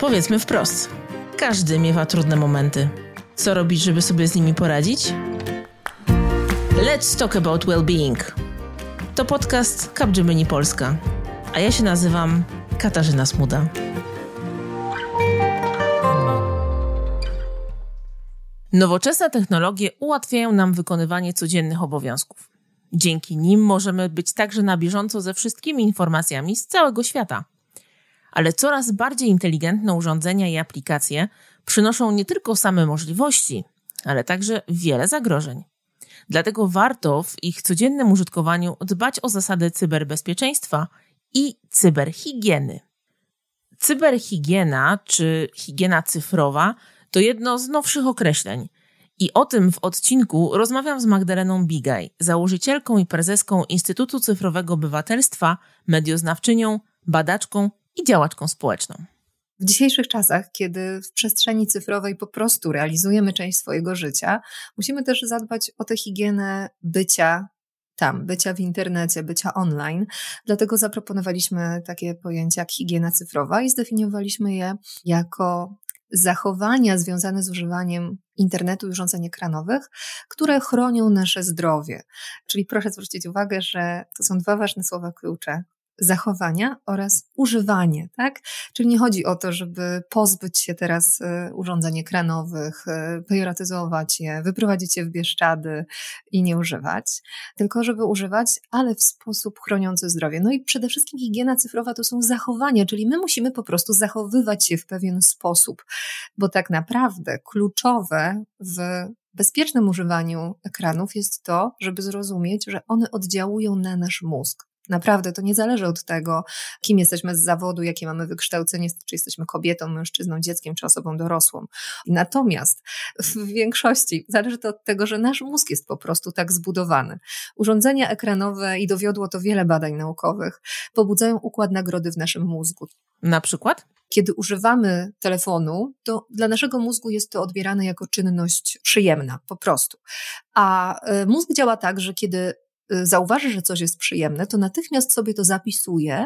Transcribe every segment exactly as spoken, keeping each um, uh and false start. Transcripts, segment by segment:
Powiedzmy wprost, każdy miewa trudne momenty. Co robić, żeby sobie z nimi poradzić? Let's talk about well-being. To podcast Capgemini Polska, a ja się nazywam Katarzyna Smuda. Nowoczesne technologie ułatwiają nam wykonywanie codziennych obowiązków. Dzięki nim możemy być także na bieżąco ze wszystkimi informacjami z całego świata. Ale coraz bardziej inteligentne urządzenia i aplikacje przynoszą nie tylko same możliwości, ale także wiele zagrożeń. Dlatego warto w ich codziennym użytkowaniu dbać o zasady cyberbezpieczeństwa i cyberhigieny. Cyberhigiena czy higiena cyfrowa to jedno z nowszych określeń. I o tym w odcinku rozmawiam z Magdaleną Bigaj, założycielką i prezeską Instytutu Cyfrowego Obywatelstwa, medioznawczynią, badaczką i działaczką społeczną. W dzisiejszych czasach, kiedy w przestrzeni cyfrowej po prostu realizujemy część swojego życia, musimy też zadbać o tę higienę bycia tam, bycia w internecie, bycia online. Dlatego zaproponowaliśmy takie pojęcie jak higiena cyfrowa i zdefiniowaliśmy je jako zachowania związane z używaniem internetu i urządzeń ekranowych, które chronią nasze zdrowie. Czyli proszę zwrócić uwagę, że to są dwa ważne słowa klucze. Zachowania oraz używanie, tak? Czyli nie chodzi o to, żeby pozbyć się teraz urządzeń ekranowych, pejoratyzować je, wyprowadzić je w Bieszczady i nie używać, tylko żeby używać, ale w sposób chroniący zdrowie. No i przede wszystkim higiena cyfrowa to są zachowania, czyli my musimy po prostu zachowywać się w pewien sposób, bo tak naprawdę kluczowe w bezpiecznym używaniu ekranów jest to, żeby zrozumieć, że one oddziałują na nasz mózg. Naprawdę, to nie zależy od tego, kim jesteśmy z zawodu, jakie mamy wykształcenie, czy jesteśmy kobietą, mężczyzną, dzieckiem, czy osobą dorosłą. Natomiast w większości zależy to od tego, że nasz mózg jest po prostu tak zbudowany. Urządzenia ekranowe, i dowiodło to wiele badań naukowych, pobudzają układ nagrody w naszym mózgu. Na przykład? Kiedy używamy telefonu, to dla naszego mózgu jest to odbierane jako czynność przyjemna, po prostu. A mózg działa tak, że kiedy zauważy, że coś jest przyjemne, to natychmiast sobie to zapisuje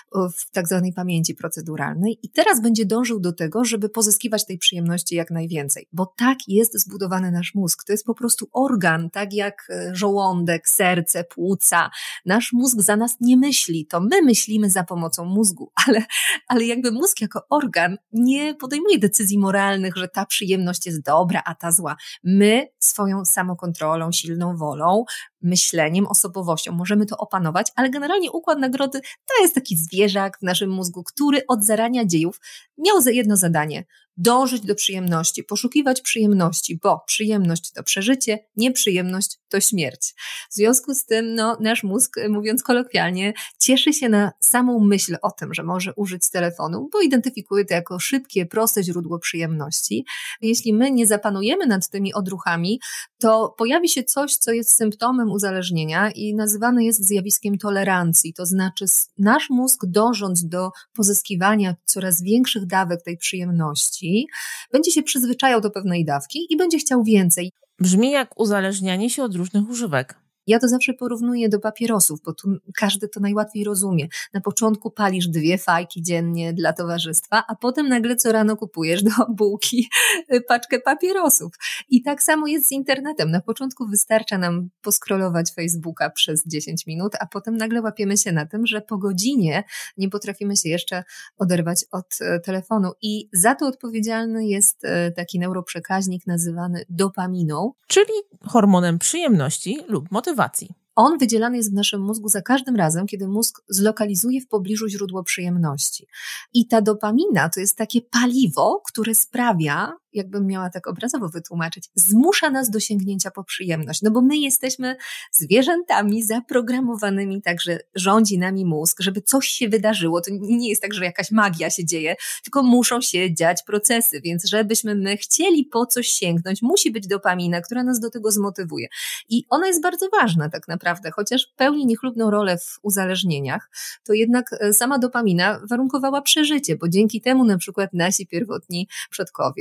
w tak zwanej pamięci proceduralnej i teraz będzie dążył do tego, żeby pozyskiwać tej przyjemności jak najwięcej, bo tak jest zbudowany nasz mózg. To jest po prostu organ, tak jak żołądek, serce, płuca. Nasz mózg za nas nie myśli, to my myślimy za pomocą mózgu, ale, ale jakby mózg jako organ nie podejmuje decyzji moralnych, że ta przyjemność jest dobra, a ta zła. My swoją samokontrolą, silną wolą, myśleniem, osobowością możemy to opanować, ale generalnie układ nagrody to jest taki zwierzak w naszym mózgu, który od zarania dziejów miał za jedno zadanie – dążyć do przyjemności, poszukiwać przyjemności, bo przyjemność to przeżycie, nieprzyjemność to śmierć. W związku z tym no, nasz mózg, mówiąc kolokwialnie, cieszy się na samą myśl o tym, że może użyć telefonu, bo identyfikuje to jako szybkie, proste źródło przyjemności. Jeśli my nie zapanujemy nad tymi odruchami, to pojawi się coś, co jest symptomem uzależnienia i nazywane jest zjawiskiem tolerancji. To znaczy nasz mózg, dążąc do pozyskiwania coraz większych dawek tej przyjemności, będzie się przyzwyczajał do pewnej dawki i będzie chciał więcej. Brzmi jak uzależnianie się od różnych używek. Ja to zawsze porównuję do papierosów, bo tu każdy to najłatwiej rozumie. Na początku palisz dwie fajki dziennie dla towarzystwa, a potem nagle co rano kupujesz do bułki paczkę papierosów. I tak samo jest z internetem. Na początku wystarcza nam poskrolować Facebooka przez dziesięć minut, a potem nagle łapiemy się na tym, że po godzinie nie potrafimy się jeszcze oderwać od telefonu. I za to odpowiedzialny jest taki neuroprzekaźnik nazywany dopaminą. Czyli hormonem przyjemności lub motywacji. On wydzielany jest w naszym mózgu za każdym razem, kiedy mózg zlokalizuje w pobliżu źródło przyjemności. I ta dopamina to jest takie paliwo, które sprawia, jakbym miała tak obrazowo wytłumaczyć, zmusza nas do sięgnięcia po przyjemność. No bo my jesteśmy zwierzętami zaprogramowanymi, także rządzi nami mózg, żeby coś się wydarzyło. To nie jest tak, że jakaś magia się dzieje, tylko muszą się dziać procesy, więc żebyśmy my chcieli po coś sięgnąć, musi być dopamina, która nas do tego zmotywuje. I ona jest bardzo ważna tak naprawdę, chociaż pełni niechlubną rolę w uzależnieniach, to jednak sama dopamina warunkowała przeżycie, bo dzięki temu na przykład nasi pierwotni przodkowie zapamiętali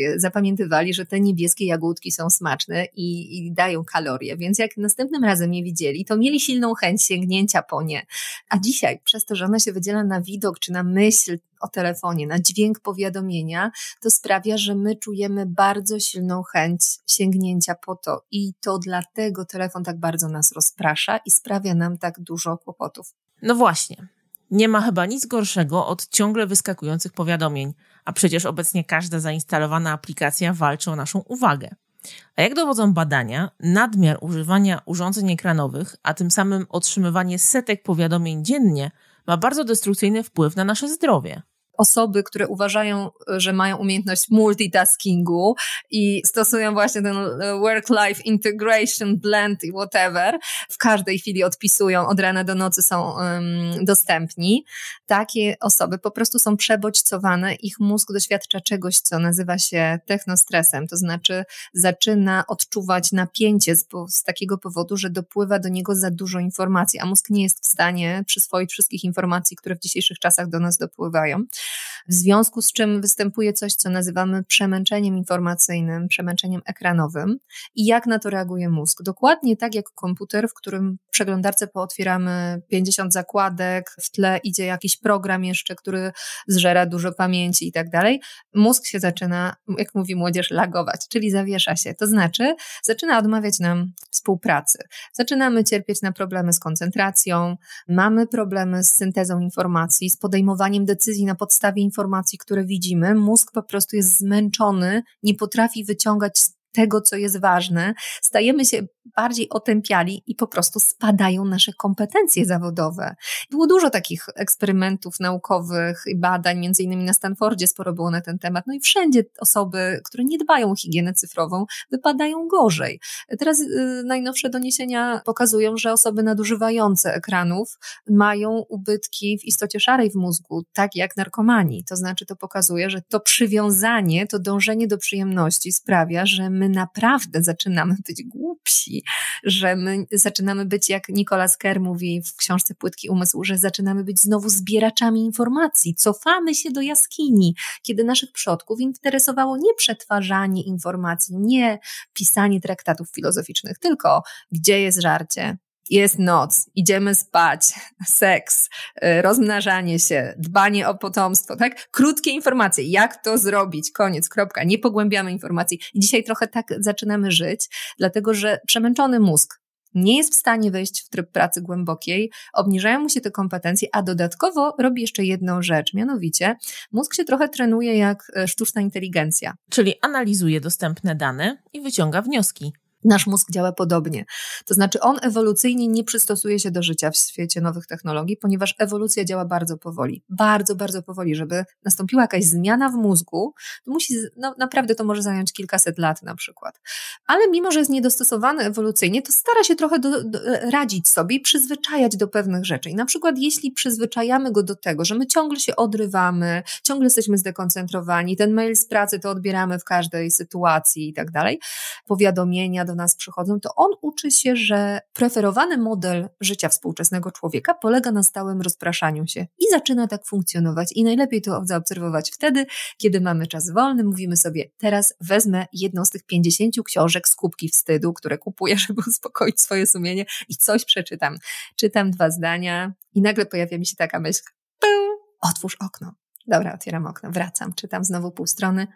zapamiętywali, że te niebieskie jagódki są smaczne i, i dają kalorie, więc jak następnym razem je widzieli, to mieli silną chęć sięgnięcia po nie. A dzisiaj, przez to, że ona się wydziela na widok czy na myśl o telefonie, na dźwięk powiadomienia, to sprawia, że my czujemy bardzo silną chęć sięgnięcia po to i to dlatego telefon tak bardzo nas rozprasza i sprawia nam tak dużo kłopotów. No właśnie. Nie ma chyba nic gorszego od ciągle wyskakujących powiadomień, a przecież obecnie każda zainstalowana aplikacja walczy o naszą uwagę. A jak dowodzą badania, nadmiar używania urządzeń ekranowych, a tym samym otrzymywanie setek powiadomień dziennie, ma bardzo destrukcyjny wpływ na nasze zdrowie. Osoby, które uważają, że mają umiejętność multitaskingu i stosują właśnie ten work-life integration, blend i whatever, w każdej chwili odpisują, od rana do nocy są um, dostępni. Takie osoby po prostu są przebodźcowane, ich mózg doświadcza czegoś, co nazywa się technostresem, to znaczy zaczyna odczuwać napięcie z, z takiego powodu, że dopływa do niego za dużo informacji, a mózg nie jest w stanie przyswoić wszystkich informacji, które w dzisiejszych czasach do nas dopływają. W związku z czym występuje coś, co nazywamy przemęczeniem informacyjnym, przemęczeniem ekranowym. I jak na to reaguje mózg? Dokładnie tak jak komputer, w którym w przeglądarce pootwieramy pięćdziesiąt zakładek, w tle idzie jakiś program jeszcze, który zżera dużo pamięci i tak dalej. Mózg się zaczyna, jak mówi młodzież, lagować, czyli zawiesza się. To znaczy zaczyna odmawiać nam współpracy. Zaczynamy cierpieć na problemy z koncentracją, mamy problemy z syntezą informacji, z podejmowaniem decyzji na podstawie informacji, które widzimy. Mózg po prostu jest zmęczony, nie potrafi wyciągać tego, co jest ważne. Stajemy się bardziej otępiali i po prostu spadają nasze kompetencje zawodowe. Było dużo takich eksperymentów naukowych i badań, między innymi na Stanfordzie sporo było na ten temat. No i wszędzie osoby, które nie dbają o higienę cyfrową, wypadają gorzej. Teraz yy, najnowsze doniesienia pokazują, że osoby nadużywające ekranów mają ubytki w istocie szarej w mózgu, tak jak narkomani. To znaczy to pokazuje, że to przywiązanie, to dążenie do przyjemności sprawia, że my naprawdę zaczynamy być głupsi, że my zaczynamy być, jak Nicolas Kerr mówi w książce Płytki umysł, że zaczynamy być znowu zbieraczami informacji. Cofamy się do jaskini, kiedy naszych przodków interesowało nie przetwarzanie informacji, nie pisanie traktatów filozoficznych, tylko gdzie jest żarcie, jest noc, idziemy spać, seks, rozmnażanie się, dbanie o potomstwo, tak? Krótkie informacje, jak to zrobić, koniec, kropka, nie pogłębiamy informacji. I dzisiaj trochę tak zaczynamy żyć, dlatego że przemęczony mózg nie jest w stanie wejść w tryb pracy głębokiej, obniżają mu się te kompetencje, a dodatkowo robi jeszcze jedną rzecz, mianowicie mózg się trochę trenuje jak sztuczna inteligencja. Czyli analizuje dostępne dane i wyciąga wnioski. Nasz mózg działa podobnie. To znaczy on ewolucyjnie nie przystosuje się do życia w świecie nowych technologii, ponieważ ewolucja działa bardzo powoli. Bardzo, bardzo powoli. Żeby nastąpiła jakaś zmiana w mózgu, to musi, no naprawdę to może zająć kilkaset lat na przykład. Ale mimo, że jest niedostosowany ewolucyjnie, to stara się trochę do, do, radzić sobie i przyzwyczajać do pewnych rzeczy. I na przykład jeśli przyzwyczajamy go do tego, że my ciągle się odrywamy, ciągle jesteśmy zdekoncentrowani, ten mail z pracy to odbieramy w każdej sytuacji i tak dalej, powiadomienia do nas przychodzą, to on uczy się, że preferowany model życia współczesnego człowieka polega na stałym rozpraszaniu się i zaczyna tak funkcjonować. I najlepiej to zaobserwować wtedy, kiedy mamy czas wolny, mówimy sobie, teraz wezmę jedną z tych pięćdziesięciu książek z kubki wstydu, które kupuję, żeby uspokoić swoje sumienie i coś przeczytam. Czytam dwa zdania i nagle pojawia mi się taka myśl, pum, otwórz okno. Dobra, otwieram okno, wracam, czytam znowu pół strony,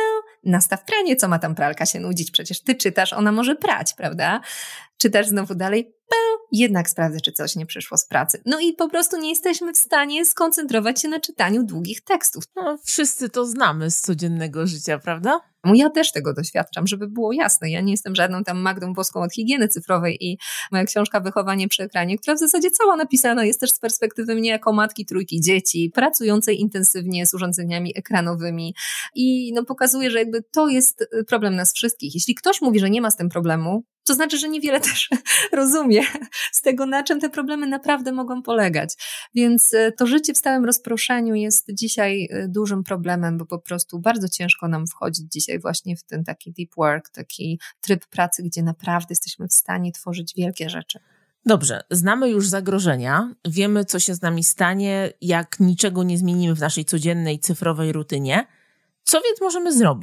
nastaw pranie, co ma tam pralka się nudzić, przecież ty czytasz, ona może prać, prawda? Czytasz znowu dalej, pę, jednak sprawdzę, czy coś nie przyszło z pracy. No i po prostu nie jesteśmy w stanie skoncentrować się na czytaniu długich tekstów. No, wszyscy to znamy z codziennego życia, prawda? Ja też tego doświadczam, żeby było jasne. Ja nie jestem żadną tam Magdą Boską od higieny cyfrowej i moja książka Wychowanie przy ekranie, która w zasadzie cała napisana jest też z perspektywy mnie jako matki trójki dzieci, pracującej intensywnie z urządzeniami ekranowymi i no pokazuje, że jakby to jest problem nas wszystkich. Jeśli ktoś mówi, że nie ma z tym problemu, to znaczy, że niewiele też rozumie z tego, na czym te problemy naprawdę mogą polegać. Więc to życie w stałym rozproszeniu jest dzisiaj dużym problemem, bo po prostu bardzo ciężko nam wchodzić dzisiaj właśnie w ten taki deep work, taki tryb pracy, gdzie naprawdę jesteśmy w stanie tworzyć wielkie rzeczy. Dobrze, znamy już zagrożenia, wiemy, co się z nami stanie, jak niczego nie zmienimy w naszej codziennej cyfrowej rutynie. Co więc możemy zrobić?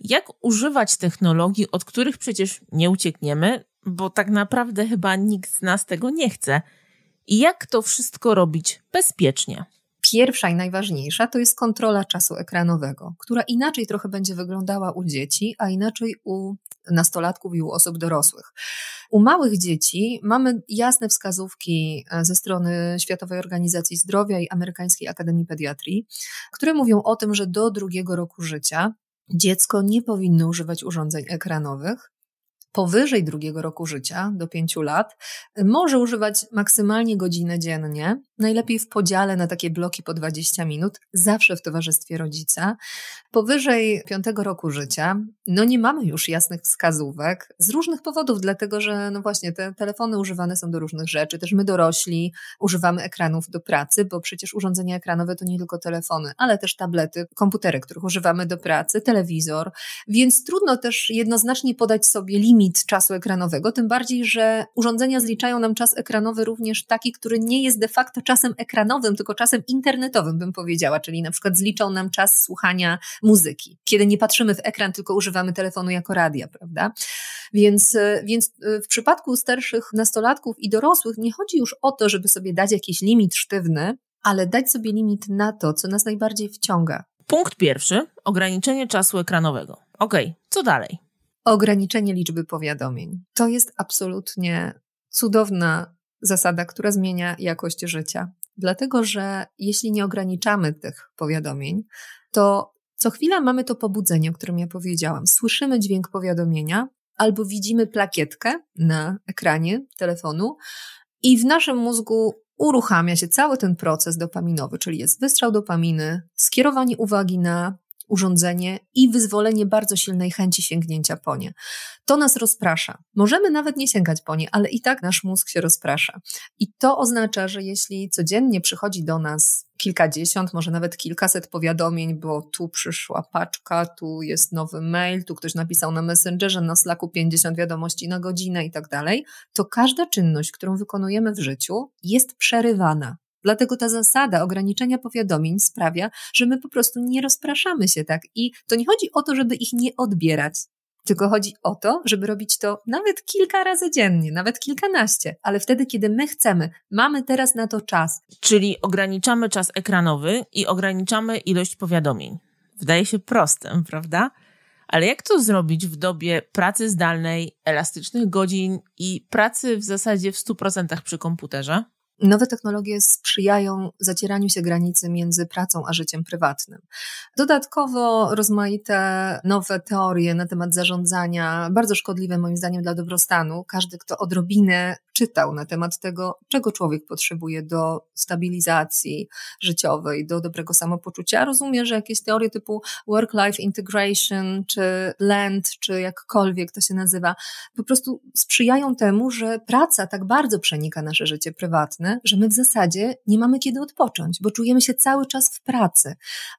Jak używać technologii, od których przecież nie uciekniemy, bo tak naprawdę chyba nikt z nas tego nie chce? I jak to wszystko robić bezpiecznie? Pierwsza i najważniejsza to jest kontrola czasu ekranowego, która inaczej trochę będzie wyglądała u dzieci, a inaczej u nastolatków i u osób dorosłych. U małych dzieci mamy jasne wskazówki ze strony Światowej Organizacji Zdrowia i Amerykańskiej Akademii Pediatrii, które mówią o tym, że do drugiego roku życia dziecko nie powinno używać urządzeń ekranowych. Powyżej drugiego roku życia, do pięciu lat, może używać maksymalnie godzinę dziennie, najlepiej w podziale na takie bloki po dwadzieścia minut, zawsze w towarzystwie rodzica. Powyżej piątego roku życia, no nie mamy już jasnych wskazówek z różnych powodów, dlatego że no właśnie te telefony używane są do różnych rzeczy, też my dorośli używamy ekranów do pracy, bo przecież urządzenia ekranowe to nie tylko telefony, ale też tablety, komputery, których używamy do pracy, telewizor, więc trudno też jednoznacznie podać sobie limit czasu ekranowego, tym bardziej, że urządzenia zliczają nam czas ekranowy również taki, który nie jest de facto czasem ekranowym, tylko czasem internetowym, bym powiedziała, czyli na przykład zliczą nam czas słuchania muzyki, kiedy nie patrzymy w ekran, tylko używamy telefonu jako radia, prawda? Więc, więc w przypadku starszych nastolatków i dorosłych nie chodzi już o to, żeby sobie dać jakiś limit sztywny, ale dać sobie limit na to, co nas najbardziej wciąga. Punkt pierwszy, ograniczenie czasu ekranowego. Okej, co dalej? Ograniczenie liczby powiadomień. To jest absolutnie cudowna zasada, która zmienia jakość życia. Dlatego, że jeśli nie ograniczamy tych powiadomień, to co chwila mamy to pobudzenie, o którym ja powiedziałam. Słyszymy dźwięk powiadomienia albo widzimy plakietkę na ekranie telefonu i w naszym mózgu uruchamia się cały ten proces dopaminowy, czyli jest wystrzał dopaminy, skierowanie uwagi na urządzenie i wyzwolenie bardzo silnej chęci sięgnięcia po nie. To nas rozprasza. Możemy nawet nie sięgać po nie, ale i tak nasz mózg się rozprasza. I to oznacza, że jeśli codziennie przychodzi do nas kilkadziesiąt, może nawet kilkaset powiadomień, bo tu przyszła paczka, tu jest nowy mail, tu ktoś napisał na Messengerze, na Slacku pięćdziesiąt wiadomości na godzinę i tak dalej, to każda czynność, którą wykonujemy w życiu, jest przerywana. Dlatego ta zasada ograniczenia powiadomień sprawia, że my po prostu nie rozpraszamy się tak. I to nie chodzi o to, żeby ich nie odbierać, tylko chodzi o to, żeby robić to nawet kilka razy dziennie, nawet kilkanaście, ale wtedy, kiedy my chcemy, mamy teraz na to czas. Czyli ograniczamy czas ekranowy i ograniczamy ilość powiadomień. Wydaje się proste, prawda? Ale jak to zrobić w dobie pracy zdalnej, elastycznych godzin i pracy w zasadzie w stu procentach przy komputerze? Nowe technologie sprzyjają zacieraniu się granicy między pracą a życiem prywatnym. Dodatkowo rozmaite nowe teorie na temat zarządzania, bardzo szkodliwe moim zdaniem dla dobrostanu. Każdy, kto odrobinę czytał na temat tego, czego człowiek potrzebuje do stabilizacji życiowej, do dobrego samopoczucia, rozumie, że jakieś teorie typu work-life integration, czy blend, czy jakkolwiek to się nazywa, po prostu sprzyjają temu, że praca tak bardzo przenika nasze życie prywatne, że my w zasadzie nie mamy kiedy odpocząć, bo czujemy się cały czas w pracy.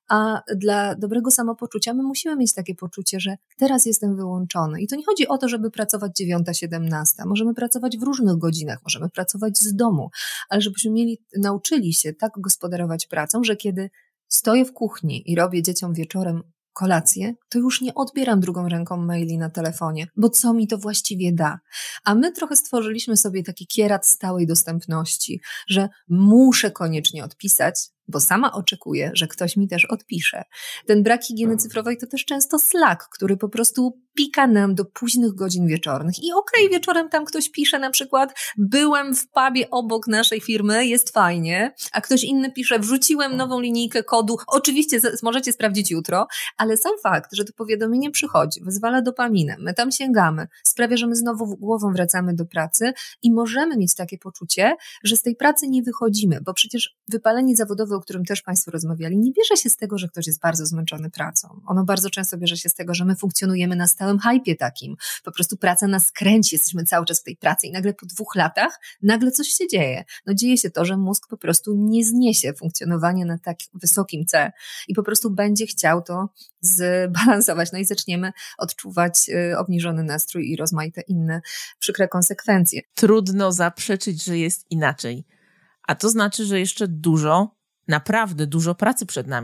A dla dobrego samopoczucia my musimy mieć takie poczucie, że teraz jestem wyłączony. I to nie chodzi o to, żeby pracować dziewiąta, siedemnasta. Możemy pracować w różnych godzinach, możemy pracować z domu, ale żebyśmy mieli, nauczyli się tak gospodarować pracą, że kiedy stoję w kuchni i robię dzieciom wieczorem kolację, to już nie odbieram drugą ręką maili na telefonie, bo co mi to właściwie da? A my trochę stworzyliśmy sobie taki kierat stałej dostępności, że muszę koniecznie odpisać, bo sama oczekuję, że ktoś mi też odpisze. Ten brak higieny cyfrowej to też często Slack, który po prostu pika nam do późnych godzin wieczornych. I okej, okay, wieczorem tam ktoś pisze na przykład, byłem w pubie obok naszej firmy, jest fajnie, a ktoś inny pisze, wrzuciłem nową linijkę kodu, oczywiście z- możecie sprawdzić jutro, ale sam fakt, że to powiadomienie przychodzi, wyzwala dopaminę, my tam sięgamy, sprawia, że my znowu głową wracamy do pracy i możemy mieć takie poczucie, że z tej pracy nie wychodzimy, bo przecież wypalenie zawodowe, o którym też Państwo rozmawiali, nie bierze się z tego, że ktoś jest bardzo zmęczony pracą. Ono bardzo często bierze się z tego, że my funkcjonujemy na stałym hypie takim. Po prostu praca nas kręci, jesteśmy cały czas w tej pracy i nagle po dwóch latach nagle coś się dzieje. No dzieje się to, że mózg po prostu nie zniesie funkcjonowania na tak wysokim C i po prostu będzie chciał to zbalansować. No i zaczniemy odczuwać obniżony nastrój i rozmaite inne przykre konsekwencje. Trudno zaprzeczyć, że jest inaczej. A to znaczy, że jeszcze dużo, naprawdę dużo pracy przed nami.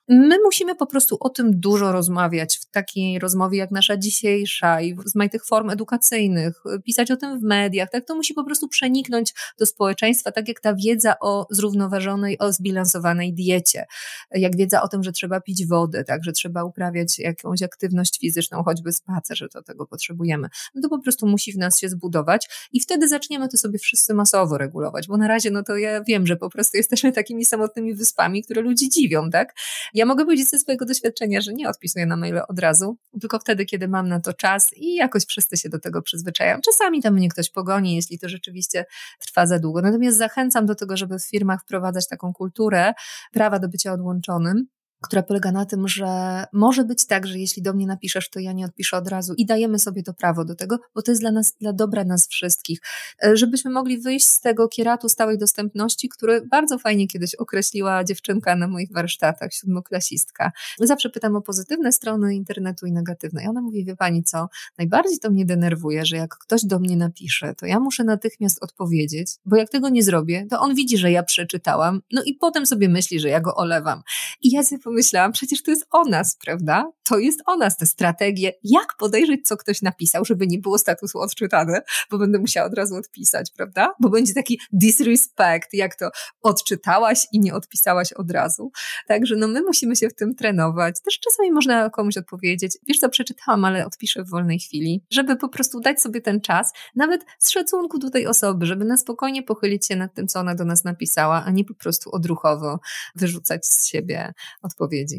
My musimy po prostu o tym dużo rozmawiać w takiej rozmowie jak nasza dzisiejsza i z tych form edukacyjnych, pisać o tym w mediach, tak? To musi po prostu przeniknąć do społeczeństwa, tak jak ta wiedza o zrównoważonej, o zbilansowanej diecie, jak wiedza o tym, że trzeba pić wodę, tak? Że trzeba uprawiać jakąś aktywność fizyczną, choćby spacer, że do tego potrzebujemy. No to po prostu musi w nas się zbudować i wtedy zaczniemy to sobie wszyscy masowo regulować, bo na razie no to ja wiem, że po prostu jesteśmy takimi samotnymi wyspami, które ludzi dziwią, tak? Ja mogę powiedzieć ze swojego doświadczenia, że nie odpisuję na maile od razu, tylko wtedy, kiedy mam na to czas i jakoś wszyscy się do tego przyzwyczajają. Czasami tam mnie ktoś pogoni, jeśli to rzeczywiście trwa za długo. Natomiast zachęcam do tego, żeby w firmach wprowadzać taką kulturę prawa do bycia odłączonym, która polega na tym, że może być tak, że jeśli do mnie napiszesz, to ja nie odpiszę od razu i dajemy sobie to prawo do tego, bo to jest dla nas, dla dobra nas wszystkich, żebyśmy mogli wyjść z tego kieratu stałej dostępności, który bardzo fajnie kiedyś określiła dziewczynka na moich warsztatach, siódmoklasistka. Zawsze pytam o pozytywne strony internetu i negatywne. I ona mówi, wie pani co, najbardziej to mnie denerwuje, że jak ktoś do mnie napisze, to ja muszę natychmiast odpowiedzieć, bo jak tego nie zrobię, to on widzi, że ja przeczytałam, no i potem sobie myśli, że ja go olewam. I ja sobie pomyślałam, przecież to jest o nas, prawda? To jest o nas, te strategie. Jak podejrzeć, co ktoś napisał, żeby nie było statusu odczytane, bo będę musiała od razu odpisać, prawda? Bo będzie taki disrespect, jak to odczytałaś i nie odpisałaś od razu. Także no my musimy się w tym trenować. Też czasami można komuś odpowiedzieć, wiesz co, przeczytałam, ale odpiszę w wolnej chwili, żeby po prostu dać sobie ten czas, nawet z szacunku do tej osoby, żeby na spokojnie pochylić się nad tym, co ona do nas napisała, a nie po prostu odruchowo wyrzucać z siebie odpowiedzi.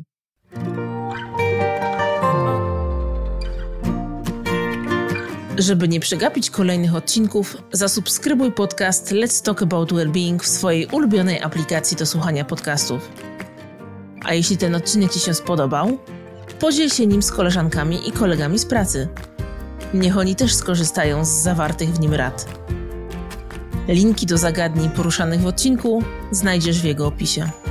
Żeby nie przegapić kolejnych odcinków, zasubskrybuj podcast Let's Talk About Wellbeing w swojej ulubionej aplikacji do słuchania podcastów. A jeśli ten odcinek Ci się spodobał, podziel się nim z koleżankami i kolegami z pracy. Niech oni też skorzystają z zawartych w nim rad. Linki do zagadnień poruszanych w odcinku znajdziesz w jego opisie.